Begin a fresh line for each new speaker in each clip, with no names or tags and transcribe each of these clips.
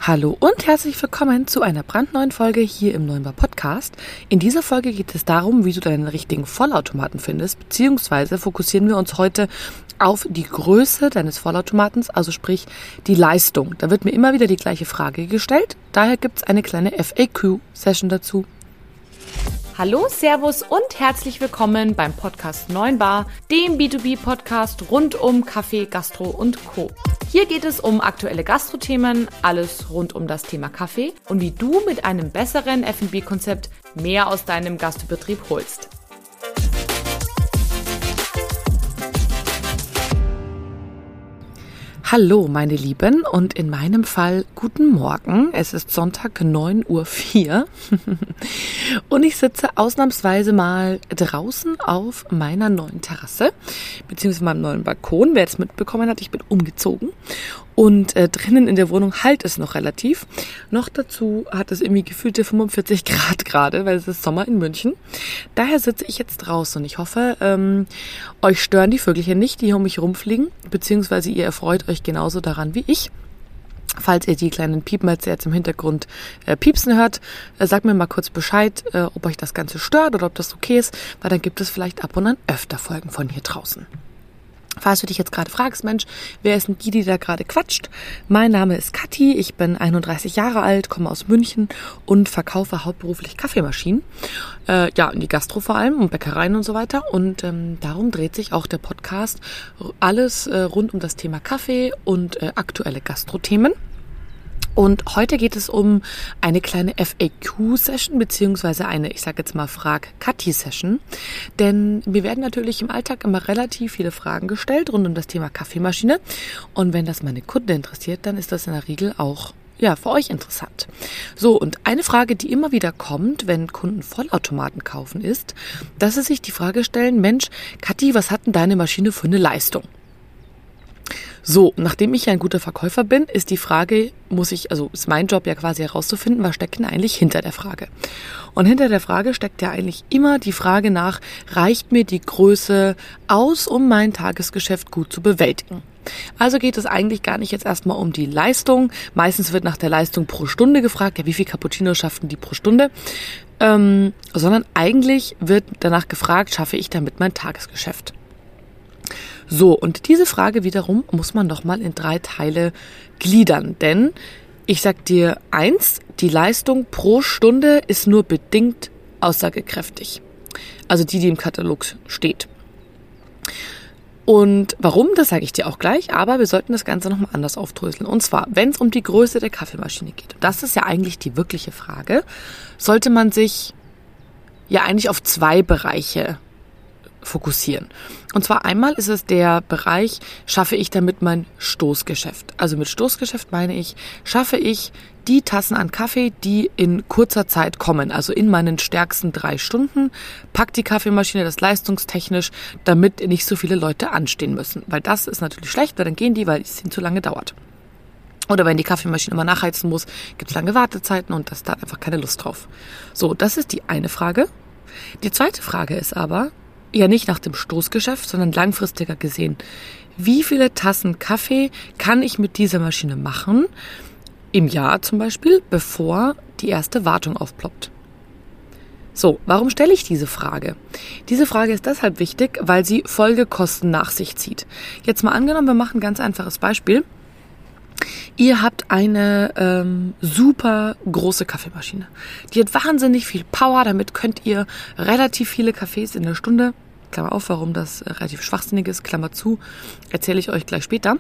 Hallo und herzlich willkommen zu einer brandneuen Folge hier im Neunbar Podcast. In dieser Folge geht es darum, wie du deinen richtigen Vollautomaten findest, beziehungsweise fokussieren wir uns heute auf die Größe deines Vollautomatens, also sprich die Leistung. Da wird mir immer wieder die gleiche Frage gestellt, daher gibt es eine kleine FAQ-Session dazu.
Hallo, Servus und herzlich willkommen beim Podcast Neunbar, dem B2B-Podcast rund um Kaffee, Gastro und Co. Hier geht es um aktuelle Gastrothemen, alles rund um das Thema Kaffee und wie du mit einem besseren F&B-Konzept mehr aus deinem Gastbetrieb holst.
Hallo meine Lieben und in meinem Fall guten Morgen. Es ist Sonntag 9:04 Uhr und ich sitze ausnahmsweise mal draußen auf meiner neuen Terrasse, beziehungsweise meinem neuen Balkon. Wer es mitbekommen hat, ich bin umgezogen und drinnen in der Wohnung halt es noch relativ. Noch dazu hat es irgendwie gefühlte 45 Grad gerade, weil es ist Sommer in München. Daher sitze ich jetzt draußen und ich hoffe, euch stören die Vögelchen nicht, die hier um mich rumfliegen, beziehungsweise ihr erfreut euch genauso daran wie ich. Falls ihr die kleinen Piepmatze jetzt im Hintergrund piepsen hört, sagt mir mal kurz Bescheid, ob euch das Ganze stört oder ob das okay ist, weil dann gibt es vielleicht ab und an öfter Folgen von hier draußen. Falls du dich jetzt gerade fragst, Mensch, wer ist denn die da gerade quatscht? Mein Name ist Kathi, ich bin 31 Jahre alt, komme aus München und verkaufe hauptberuflich Kaffeemaschinen. In die Gastro vor allem und Bäckereien und so weiter. Und darum dreht sich auch der Podcast alles rund um das Thema Kaffee und aktuelle Gastrothemen. Und heute geht es um eine kleine FAQ-Session, beziehungsweise eine, ich sage jetzt mal, Frag-Kathi-Session. Denn mir werden natürlich im Alltag immer relativ viele Fragen gestellt rund um das Thema Kaffeemaschine. Und wenn das meine Kunden interessiert, dann ist das in der Regel auch für euch interessant. So, und eine Frage, die immer wieder kommt, wenn Kunden Vollautomaten kaufen, ist, dass sie sich die Frage stellen, Mensch, Kathi, was hat denn deine Maschine für eine Leistung? So, nachdem ich ja ein guter Verkäufer bin, ist die Frage, ist mein Job ja quasi herauszufinden, was steckt denn eigentlich hinter der Frage? Und hinter der Frage steckt ja eigentlich immer die Frage nach, reicht mir die Größe aus, um mein Tagesgeschäft gut zu bewältigen? Also geht es eigentlich gar nicht jetzt erstmal um die Leistung. Meistens wird nach der Leistung pro Stunde gefragt, wie viel Cappuccinos schaffen die pro Stunde? Sondern eigentlich wird danach gefragt, schaffe ich damit mein Tagesgeschäft? So, und diese Frage wiederum muss man doch mal in 3 Teile gliedern, denn ich sag dir eins, die Leistung pro Stunde ist nur bedingt aussagekräftig. Also die im Katalog steht. Und warum, das sage ich dir auch gleich, aber wir sollten das Ganze nochmal anders aufdröseln. Und zwar, wenn es um die Größe der Kaffeemaschine geht, und das ist ja eigentlich die wirkliche Frage, sollte man sich ja eigentlich auf 2 Bereiche fokussieren. Und zwar einmal ist es der Bereich, schaffe ich damit mein Stoßgeschäft. Also mit Stoßgeschäft meine ich, schaffe ich die Tassen an Kaffee, die in kurzer Zeit kommen, also in meinen stärksten 3 Stunden, packt die Kaffeemaschine das leistungstechnisch, damit nicht so viele Leute anstehen müssen. Weil das ist natürlich schlecht, weil dann gehen die, weil es ihnen zu lange dauert. Oder wenn die Kaffeemaschine immer nachheizen muss, gibt es lange Wartezeiten und das da einfach keine Lust drauf. So, das ist die eine Frage. Die zweite Frage ist aber, ja nicht nach dem Stoßgeschäft, sondern langfristiger gesehen. Wie viele Tassen Kaffee kann ich mit dieser Maschine machen, im Jahr zum Beispiel, bevor die erste Wartung aufploppt? So, warum stelle ich diese Frage? Diese Frage ist deshalb wichtig, weil sie Folgekosten nach sich zieht. Jetzt mal angenommen, wir machen ein ganz einfaches Beispiel. Ihr habt eine super große Kaffeemaschine. Die hat wahnsinnig viel Power, damit könnt ihr relativ viele Kaffees in der Stunde, Klammer auf, warum das relativ schwachsinnig ist, Klammer zu, erzähle ich euch gleich später.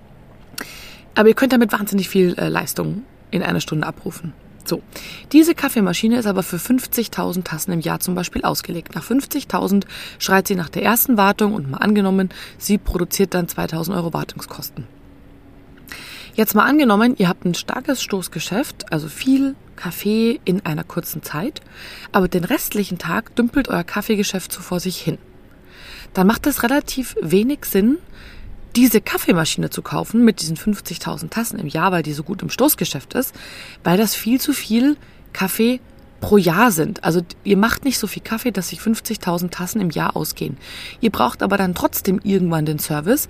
Aber ihr könnt damit wahnsinnig viel Leistung in einer Stunde abrufen. So, diese Kaffeemaschine ist aber für 50.000 Tassen im Jahr zum Beispiel ausgelegt. Nach 50.000 schreit sie nach der ersten Wartung und mal angenommen, sie produziert dann 2.000 Euro Wartungskosten. Jetzt mal angenommen, ihr habt ein starkes Stoßgeschäft, also viel Kaffee in einer kurzen Zeit, aber den restlichen Tag dümpelt euer Kaffeegeschäft so vor sich hin. Dann macht es relativ wenig Sinn, diese Kaffeemaschine zu kaufen mit diesen 50.000 Tassen im Jahr, weil die so gut im Stoßgeschäft ist, weil das viel zu viel Kaffee pro Jahr sind. Also ihr macht nicht so viel Kaffee, dass sich 50.000 Tassen im Jahr ausgehen. Ihr braucht aber dann trotzdem irgendwann den Service,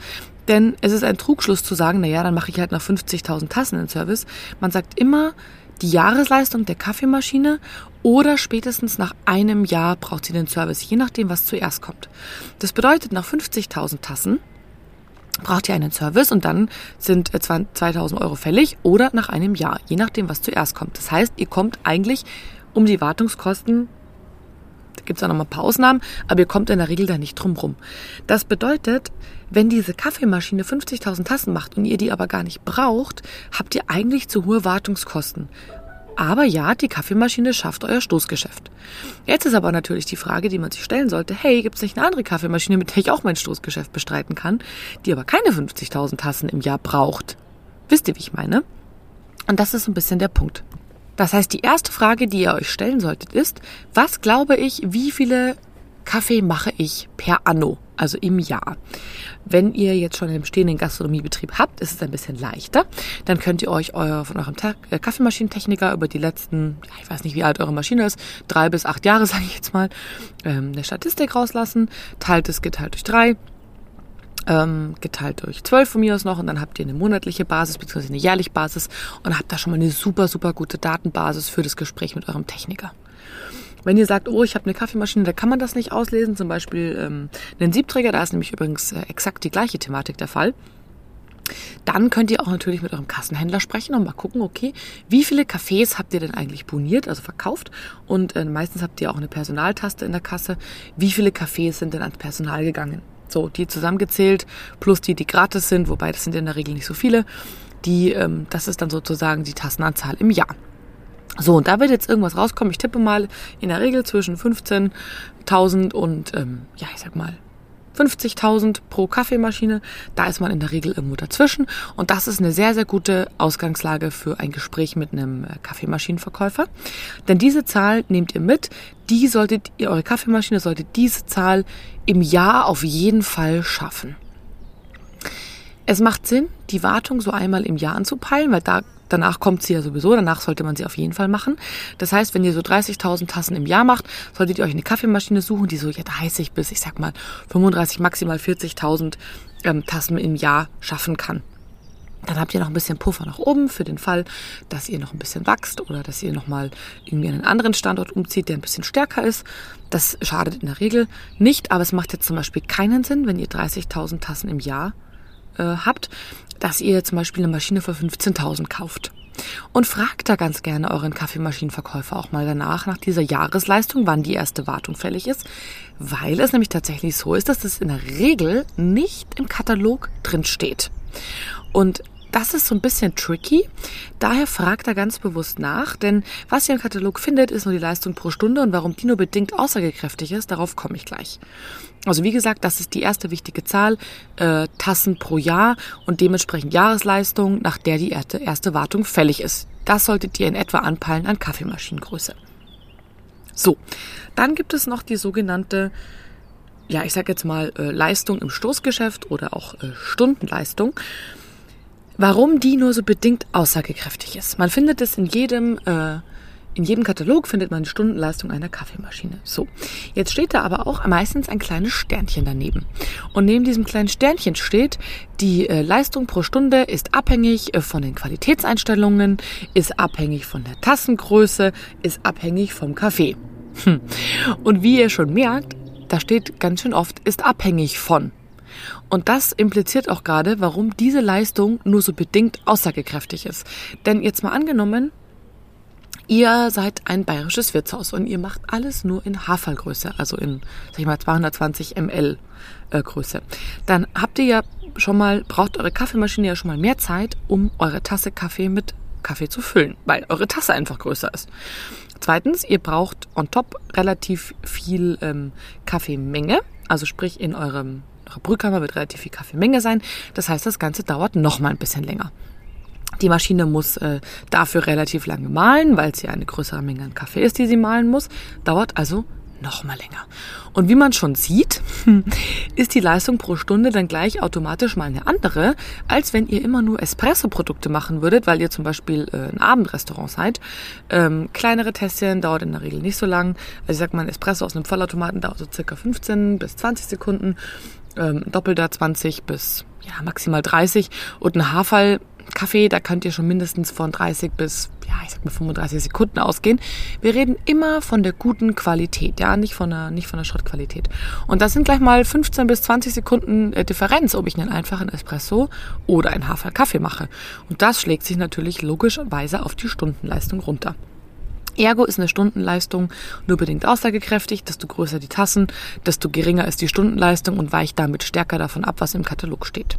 Denn es ist ein Trugschluss zu sagen, naja, dann mache ich halt nach 50.000 Tassen den Service. Man sagt immer, die Jahresleistung der Kaffeemaschine oder spätestens nach einem Jahr braucht sie den Service, je nachdem, was zuerst kommt. Das bedeutet, nach 50.000 Tassen braucht ihr einen Service und dann sind 2.000 Euro fällig oder nach einem Jahr, je nachdem, was zuerst kommt. Das heißt, ihr kommt eigentlich um die Wartungskosten, da gibt es auch noch mal ein paar Ausnahmen, aber ihr kommt in der Regel da nicht drum rum. Das bedeutet, wenn diese Kaffeemaschine 50.000 Tassen macht und ihr die aber gar nicht braucht, habt ihr eigentlich zu hohe Wartungskosten. Aber ja, die Kaffeemaschine schafft euer Stoßgeschäft. Jetzt ist aber natürlich die Frage, die man sich stellen sollte, hey, gibt es nicht eine andere Kaffeemaschine, mit der ich auch mein Stoßgeschäft bestreiten kann, die aber keine 50.000 Tassen im Jahr braucht? Wisst ihr, wie ich meine? Und das ist ein bisschen der Punkt. Das heißt, die erste Frage, die ihr euch stellen solltet, ist, was glaube ich, wie viele Kaffee mache ich per Anno, also im Jahr? Wenn ihr jetzt schon einen bestehenden Gastronomiebetrieb habt, ist es ein bisschen leichter. Dann könnt ihr euch von eurem Kaffeemaschinentechniker über die letzten, ich weiß nicht, wie alt eure Maschine ist, 3 bis 8 Jahre, sage ich jetzt mal, eine Statistik rauslassen. Geteilt durch 3. Geteilt durch 12 von mir aus noch und dann habt ihr eine monatliche Basis bzw. eine jährliche Basis und habt da schon mal eine super, super gute Datenbasis für das Gespräch mit eurem Techniker. Wenn ihr sagt, ich habe eine Kaffeemaschine, da kann man das nicht auslesen, zum Beispiel einen Siebträger, da ist nämlich übrigens exakt die gleiche Thematik der Fall, dann könnt ihr auch natürlich mit eurem Kassenhändler sprechen und mal gucken, okay, wie viele Kaffees habt ihr denn eigentlich boniert, also verkauft und meistens habt ihr auch eine Personaltaste in der Kasse, wie viele Kaffees sind denn ans Personal gegangen? So, die zusammengezählt, plus die gratis sind, wobei das sind in der Regel nicht so viele, das ist dann sozusagen die Tassenanzahl im Jahr. So, und da wird jetzt irgendwas rauskommen. Ich tippe mal in der Regel zwischen 15.000 und, 50.000 pro Kaffeemaschine. Da ist man in der Regel irgendwo dazwischen. Und das ist eine sehr, sehr gute Ausgangslage für ein Gespräch mit einem Kaffeemaschinenverkäufer. Denn diese Zahl nehmt ihr mit. Eure Kaffeemaschine sollte diese Zahl im Jahr auf jeden Fall schaffen. Es macht Sinn, die Wartung so einmal im Jahr anzupeilen, weil danach kommt sie ja sowieso, danach sollte man sie auf jeden Fall machen. Das heißt, wenn ihr so 30.000 Tassen im Jahr macht, solltet ihr euch eine Kaffeemaschine suchen, die so 30 bis, 35, maximal 40.000 Tassen im Jahr schaffen kann. Dann habt ihr noch ein bisschen Puffer nach oben für den Fall, dass ihr noch ein bisschen wächst oder dass ihr nochmal irgendwie an einen anderen Standort umzieht, der ein bisschen stärker ist. Das schadet in der Regel nicht, aber es macht jetzt zum Beispiel keinen Sinn, wenn ihr 30.000 Tassen im Jahr habt, dass ihr zum Beispiel eine Maschine für 15.000 kauft. Und fragt da ganz gerne euren Kaffeemaschinenverkäufer auch mal danach, nach dieser Jahresleistung, wann die erste Wartung fällig ist, weil es nämlich tatsächlich so ist, dass das in der Regel nicht im Katalog drin steht. Und das ist so ein bisschen tricky, daher fragt er ganz bewusst nach, denn was ihr im Katalog findet, ist nur die Leistung pro Stunde und warum die nur bedingt aussagekräftig ist, darauf komme ich gleich. Also wie gesagt, das ist die erste wichtige Zahl, Tassen pro Jahr und dementsprechend Jahresleistung, nach der die erste Wartung fällig ist. Das solltet ihr in etwa anpeilen an Kaffeemaschinengröße. So, dann gibt es noch die sogenannte, Leistung im Stoßgeschäft oder auch Stundenleistung. Warum die nur so bedingt aussagekräftig ist. Man findet es in jedem Katalog findet man die Stundenleistung einer Kaffeemaschine. So, jetzt steht da aber auch meistens ein kleines Sternchen daneben. Und neben diesem kleinen Sternchen steht, die Leistung pro Stunde ist abhängig von den Qualitätseinstellungen, ist abhängig von der Tassengröße, ist abhängig vom Kaffee. Und wie ihr schon merkt, da steht ganz schön oft, ist abhängig von. Und das impliziert auch gerade, warum diese Leistung nur so bedingt aussagekräftig ist. Denn jetzt mal angenommen, ihr seid ein bayerisches Wirtshaus und ihr macht alles nur in Haferlgröße, also in, 220 ml Größe. Dann braucht eure Kaffeemaschine ja schon mal mehr Zeit, um eure Tasse Kaffee mit Kaffee zu füllen, weil eure Tasse einfach größer ist. Zweitens, ihr braucht on top relativ viel Kaffeemenge, also sprich in eurer Brühkammer wird relativ viel Kaffeemenge sein. Das heißt, das Ganze dauert noch mal ein bisschen länger. Die Maschine muss dafür relativ lange mahlen, weil es ja eine größere Menge an Kaffee ist, die sie mahlen muss. Dauert also noch mal länger. Und wie man schon sieht, ist die Leistung pro Stunde dann gleich automatisch mal eine andere, als wenn ihr immer nur Espresso-Produkte machen würdet, weil ihr zum Beispiel ein Abendrestaurant seid. Kleinere Tässchen dauert in der Regel nicht so lang. Also ein Espresso aus einem Vollautomaten dauert so circa 15 bis 20 Sekunden. Doppelter 20 bis maximal 30 und ein Haferl-Kaffee, da könnt ihr schon mindestens von 30 bis 35 Sekunden ausgehen. Wir reden immer von der guten Qualität, nicht von der Schrottqualität. Und das sind gleich mal 15 bis 20 Sekunden Differenz, ob ich einen einfachen Espresso oder einen Haferl-Kaffee mache. Und das schlägt sich natürlich logischerweise auf die Stundenleistung runter. Ergo ist eine Stundenleistung nur bedingt aussagekräftig. Desto größer die Tassen, desto geringer ist die Stundenleistung und weicht damit stärker davon ab, was im Katalog steht.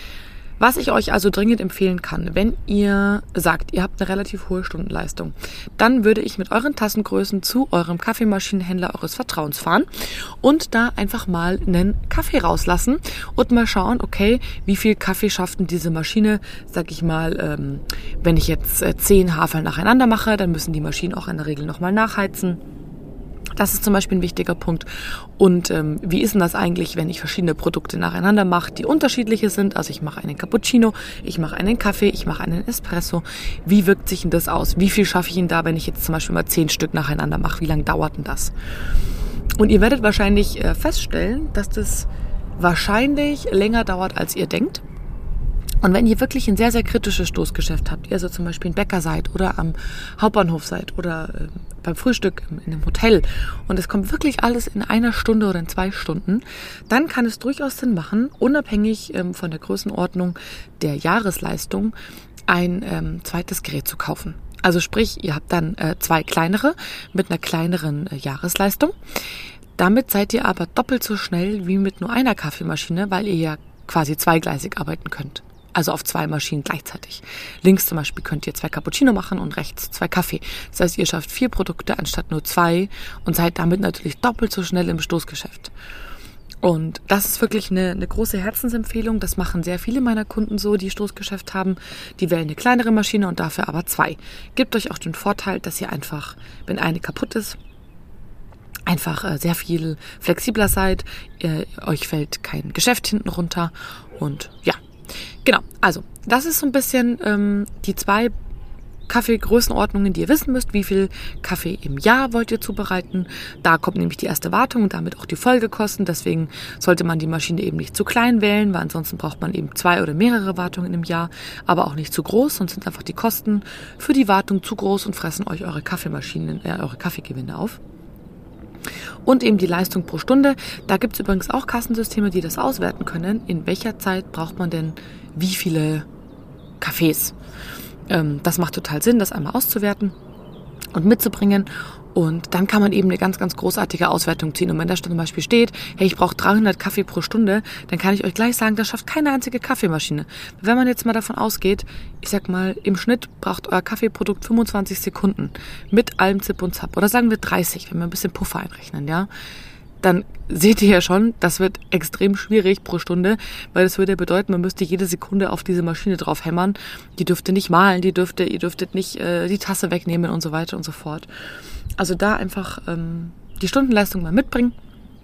Was ich euch also dringend empfehlen kann, wenn ihr sagt, ihr habt eine relativ hohe Stundenleistung, dann würde ich mit euren Tassengrößen zu eurem Kaffeemaschinenhändler eures Vertrauens fahren und da einfach mal einen Kaffee rauslassen und mal schauen, okay, wie viel Kaffee schafft denn diese Maschine, sag ich mal, wenn ich jetzt 10 Haferl nacheinander mache, dann müssen die Maschinen auch in der Regel nochmal nachheizen. Das ist zum Beispiel ein wichtiger Punkt. Und wie ist denn das eigentlich, wenn ich verschiedene Produkte nacheinander mache, die unterschiedliche sind? Also ich mache einen Cappuccino, ich mache einen Kaffee, ich mache einen Espresso. Wie wirkt sich denn das aus? Wie viel schaffe ich denn da, wenn ich jetzt zum Beispiel mal 10 Stück nacheinander mache? Wie lange dauert denn das? Und ihr werdet wahrscheinlich feststellen, dass das wahrscheinlich länger dauert, als ihr denkt. Und wenn ihr wirklich ein sehr, sehr kritisches Stoßgeschäft habt, ihr also zum Beispiel ein Bäcker seid oder am Hauptbahnhof seid oder beim Frühstück in einem Hotel und es kommt wirklich alles in 1 Stunde oder in 2 Stunden, dann kann es durchaus Sinn machen, unabhängig von der Größenordnung der Jahresleistung, ein zweites Gerät zu kaufen. Also sprich, ihr habt dann 2 kleinere mit einer kleineren Jahresleistung. Damit seid ihr aber doppelt so schnell wie mit nur einer Kaffeemaschine, weil ihr ja quasi zweigleisig arbeiten könnt. Also auf 2 Maschinen gleichzeitig. Links zum Beispiel könnt ihr 2 Cappuccino machen und rechts 2 Kaffee. Das heißt, ihr schafft 4 Produkte anstatt nur 2 und seid damit natürlich doppelt so schnell im Stoßgeschäft. Und das ist wirklich eine große Herzensempfehlung. Das machen sehr viele meiner Kunden so, die Stoßgeschäft haben. Die wählen eine kleinere Maschine und dafür aber 2. Gebt euch auch den Vorteil, dass ihr einfach, wenn eine kaputt ist, einfach sehr viel flexibler seid. Euch fällt kein Geschäft hinten runter und ja. Genau, also das ist so ein bisschen die 2 Kaffeegrößenordnungen, die ihr wissen müsst. Wie viel Kaffee im Jahr wollt ihr zubereiten? Da kommt nämlich die erste Wartung und damit auch die Folgekosten. Deswegen sollte man die Maschine eben nicht zu klein wählen, weil ansonsten braucht man eben 2 oder mehrere Wartungen im Jahr, aber auch nicht zu groß, sonst sind einfach die Kosten für die Wartung zu groß und fressen euch eure eure Kaffeegewinne auf. Und eben die Leistung pro Stunde. Da gibt es übrigens auch Kassensysteme, die das auswerten können. In welcher Zeit braucht man denn wie viele Kaffees? Das macht total Sinn, das einmal auszuwerten und mitzubringen. Und dann kann man eben eine ganz, ganz großartige Auswertung ziehen. Und wenn da zum Beispiel steht, hey, ich brauche 300 Kaffee pro Stunde, dann kann ich euch gleich sagen, das schafft keine einzige Kaffeemaschine. Wenn man jetzt mal davon ausgeht, ich sag mal, im Schnitt braucht euer Kaffeeprodukt 25 Sekunden mit allem Zip und Zap. Oder sagen wir 30, wenn wir ein bisschen Puffer einrechnen, ja. Dann seht ihr ja schon, das wird extrem schwierig pro Stunde, weil das würde ja bedeuten, man müsste jede Sekunde auf diese Maschine drauf hämmern. Die dürfte nicht mahlen, ihr dürftet nicht die Tasse wegnehmen und so weiter und so fort. Also da einfach die Stundenleistung mal mitbringen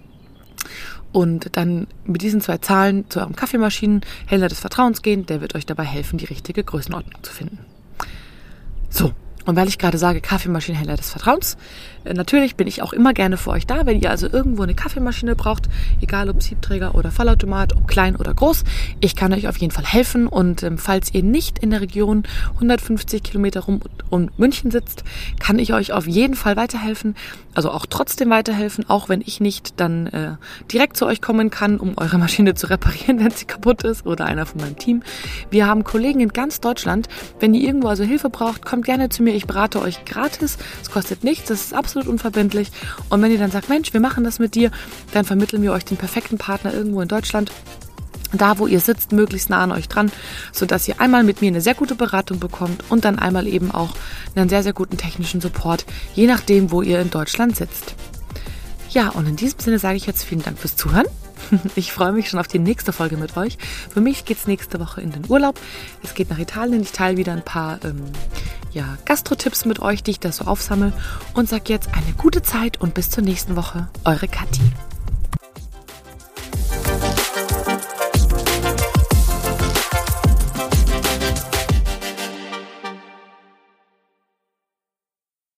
und dann mit diesen 2 Zahlen zu eurem Kaffeemaschinenhändler des Vertrauens gehen. Der wird euch dabei helfen, die richtige Größenordnung zu finden. So. Und weil ich gerade sage, Kaffeemaschinenhändler des Vertrauens, natürlich bin ich auch immer gerne für euch da, wenn ihr also irgendwo eine Kaffeemaschine braucht, egal ob Siebträger oder Vollautomat, ob klein oder groß. Ich kann euch auf jeden Fall helfen und falls ihr nicht in der Region 150 Kilometer rum um München sitzt, kann ich euch auf jeden Fall weiterhelfen, also auch trotzdem weiterhelfen, auch wenn ich nicht dann direkt zu euch kommen kann, um eure Maschine zu reparieren, wenn sie kaputt ist oder einer von meinem Team. Wir haben Kollegen in ganz Deutschland. Wenn ihr irgendwo also Hilfe braucht, kommt gerne zu mir. Ich berate euch gratis. Es kostet nichts. Das ist absolut unverbindlich. Und wenn ihr dann sagt, Mensch, wir machen das mit dir, dann vermitteln wir euch den perfekten Partner irgendwo in Deutschland. Da, wo ihr sitzt, möglichst nah an euch dran, sodass ihr einmal mit mir eine sehr gute Beratung bekommt und dann einmal eben auch einen sehr, sehr guten technischen Support, je nachdem, wo ihr in Deutschland sitzt. Ja, und in diesem Sinne sage ich jetzt vielen Dank fürs Zuhören. Ich freue mich schon auf die nächste Folge mit euch. Für mich geht's nächste Woche in den Urlaub. Es geht nach Italien. Ich teile wieder ein paar Gastro-Tipps mit euch, die ich da so aufsammle. Und sage jetzt eine gute Zeit und bis zur nächsten Woche. Eure Kathi.